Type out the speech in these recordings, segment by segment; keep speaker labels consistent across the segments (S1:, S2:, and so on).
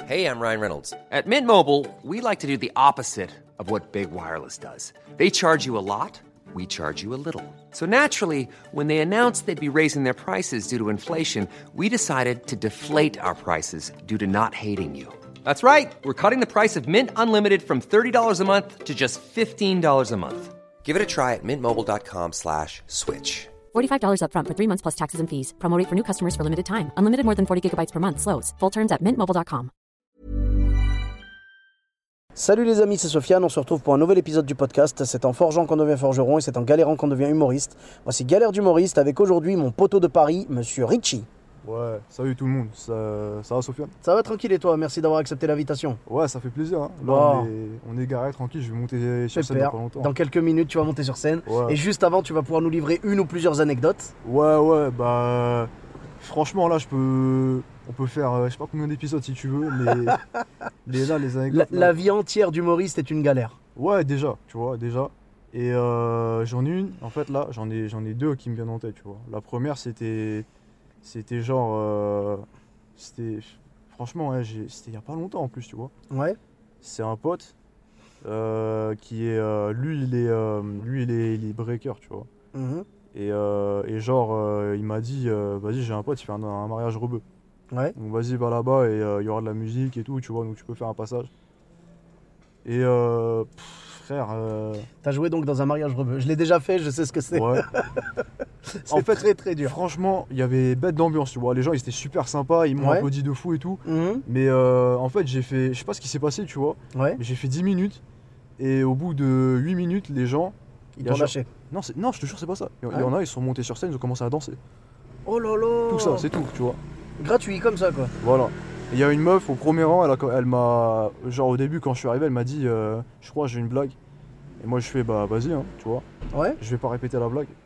S1: Hey, I'm Ryan Reynolds. At Mint Mobile, we like to do the opposite of what Big Wireless does. They charge you a lot, we charge you a little. So naturally, when they announced they'd be raising their prices due to inflation, we decided to deflate our prices due to not hating you. That's right. We're cutting the price of Mint Unlimited from $30 a month to just $15 a month. Give it a try at mintmobile.com/switch.
S2: $45 up front for 3 months plus taxes and fees. Promo rate for new customers for limited time. Unlimited more than 40 gigabytes per month. Slows full terms at mintmobile.com.
S3: Salut les amis, c'est Sofiane, on se retrouve pour un nouvel épisode du podcast. C'est en forgeant qu'on devient forgeron et c'est en galérant qu'on devient humoriste. Voici Galère d'humoriste avec aujourd'hui mon poteau de Paris, Monsieur Richie.
S4: Ouais, salut tout le monde, ça va Sofiane?
S3: Ça va tranquille et toi? Merci d'avoir accepté l'invitation.
S4: Ouais, ça fait plaisir, hein. Là on est garé tranquille, je vais monter sur scène dans pas longtemps.
S3: Dans quelques minutes tu vas monter sur scène,
S4: ouais. Et
S3: juste avant tu vas pouvoir nous livrer une ou plusieurs anecdotes.
S4: Ouais, bah franchement là on peut faire je sais pas combien d'épisodes si tu veux, mais les anecdotes...
S3: La vie entière d'humoriste est une galère.
S4: Ouais, déjà, tu vois, déjà. Et j'en ai une, en fait là, j'en ai deux qui me viennent en tête, tu vois. La première c'était genre... franchement, ouais, c'était il y a pas longtemps en plus, tu vois.
S3: Ouais.
S4: C'est un pote qui est... lui, il est breaker, tu vois.
S3: Mm-hmm.
S4: Et genre, il m'a dit, vas-y, j'ai un pote, il fait un mariage rebeu.
S3: Ouais.
S4: Donc vas-y, va là-bas et il y aura de la musique et tout, tu vois, donc tu peux faire un passage. Et frère...
S3: T'as joué donc dans un mariage rebeu. Je l'ai déjà fait, je sais ce que c'est.
S4: Ouais.
S3: C'est
S4: en fait,
S3: très très dur.
S4: Franchement, il y avait bête d'ambiance, tu vois. Les gens, ils étaient super sympas, ils m'ont applaudi de fou et tout.
S3: Mm-hmm.
S4: Mais en fait, j'ai fait... Je sais pas ce qui s'est passé, tu vois.
S3: Ouais.
S4: Mais j'ai fait 10 minutes. Et au bout de 8 minutes, les gens...
S3: Ils t'ont lâché.
S4: Non, je te jure, c'est pas ça. Il y en a, ils sont montés sur scène, ils ont commencé à danser.
S3: Oh là là.
S4: Tout ça, c'est tout, tu vois.
S3: Gratuit comme ça, quoi.
S4: Voilà. Il y a une meuf au premier rang, elle m'a... Genre au début, quand je suis arrivé, elle m'a dit je crois j'ai une blague. Et moi je fais bah vas-y, hein, tu vois.
S3: Ouais.
S4: Je vais pas répéter la blague.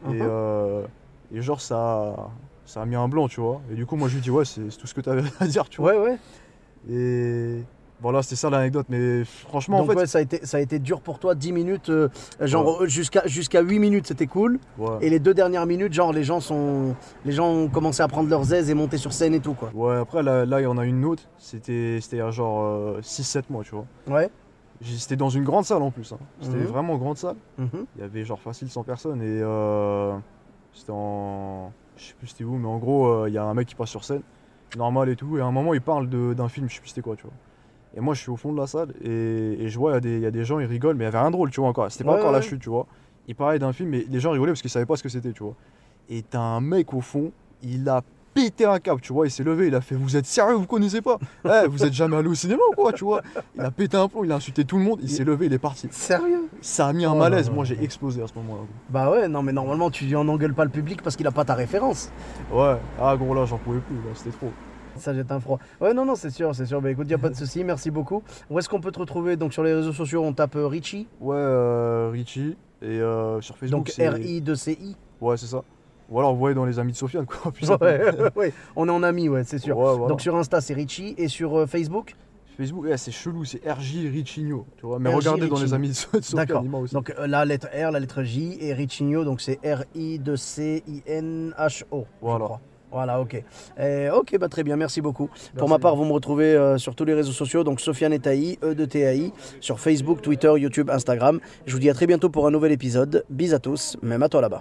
S4: Et genre ça a mis un blanc, tu vois. Et du coup moi je lui dis ouais, c'est tout ce que t'avais à dire, tu vois.
S3: Ouais.
S4: Et voilà, c'était ça l'anecdote, mais franchement
S3: donc
S4: en fait...
S3: ouais, ça a été dur pour toi, 10 minutes, genre ouais. Jusqu'à 8 minutes c'était cool,
S4: ouais.
S3: Et les 2 dernières minutes, genre les gens ont commencé à prendre leurs aises et monter sur scène et tout, quoi.
S4: Ouais, après là il y en a une autre, c'était genre 6-7 mois, tu vois.
S3: Ouais.
S4: C'était dans une grande salle en plus, hein. C'était vraiment grande salle,
S3: Il
S4: y avait genre facile 100 personnes et c'était en... Je sais plus c'était où, mais en gros il y a un mec qui passe sur scène, normal et tout, et à un moment il parle d'un film, je sais plus c'était quoi, tu vois. Et moi je suis au fond de la salle et je vois il y a des gens, ils rigolent, mais il y avait rien de drôle, tu vois, encore. C'était pas encore la chute, tu vois. Il parlait d'un film, mais les gens rigolaient parce qu'ils savaient pas ce que c'était, tu vois. Et t'as un mec au fond, il a pété un câble, tu vois, il s'est levé, il a fait vous êtes sérieux, vous connaissez pas? Vous êtes jamais allé au cinéma ou quoi, tu vois? Il a pété un plomb, il a insulté tout le monde, il s'est levé, il est parti.
S3: Sérieux?
S4: Ça a mis un malaise, moi j'ai explosé à ce moment-là.
S3: Bah ouais, non mais normalement tu en engueules pas le public parce qu'il a pas ta référence.
S4: Ouais, ah gros là j'en pouvais plus, là, c'était trop.
S3: Ça jette un froid. Ouais, non, c'est sûr. Bah écoute, y a pas de souci, merci beaucoup. Où est-ce qu'on peut te retrouver? Donc sur les réseaux sociaux, on tape Richie.
S4: Ouais, Richie. Et sur Facebook,
S3: donc c'est... R-I-2-C-I.
S4: Ouais, c'est ça. Ou alors vous voyez dans les amis de Sofiane, quoi.
S3: Ouais, on est en amis, ouais, c'est sûr.
S4: Ouais, voilà.
S3: Donc sur Insta, c'est Richie. Et sur Facebook?
S4: Facebook, c'est chelou, c'est RJ Richinho, tu vois. Mais regardez dans les amis de Sofiane.
S3: D'accord.
S4: Aussi.
S3: Donc la lettre R, la lettre J et Richinho, donc c'est R-I-2-C-I-N-H-O.
S4: Voilà.
S3: Je crois. Voilà, ok. Ok, bah très bien, merci beaucoup. Merci. Pour ma part, vous me retrouvez sur tous les réseaux sociaux, donc Sofiane et Taï, E-de-T-A-I, sur Facebook, Twitter, YouTube, Instagram. Je vous dis à très bientôt pour un nouvel épisode. Bis à tous, même à toi là-bas.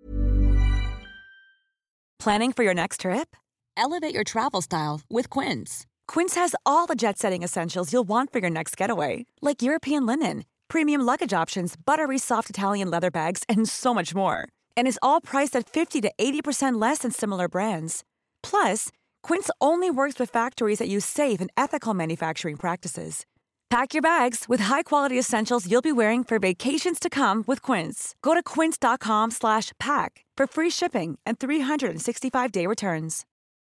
S5: Planning for your next trip? Elevate your travel style with Quince. Quince has all the jet-setting essentials you'll want for your next getaway, like European linen, premium luggage options, buttery soft Italian leather bags, and so much more. And is all priced at 50 to 80% less than similar brands. Plus, Quince only works with factories that use safe and ethical manufacturing practices. Pack your bags with high-quality essentials you'll be wearing for vacations to come with Quince. Go to quince.com/pack for free shipping and 365-day returns.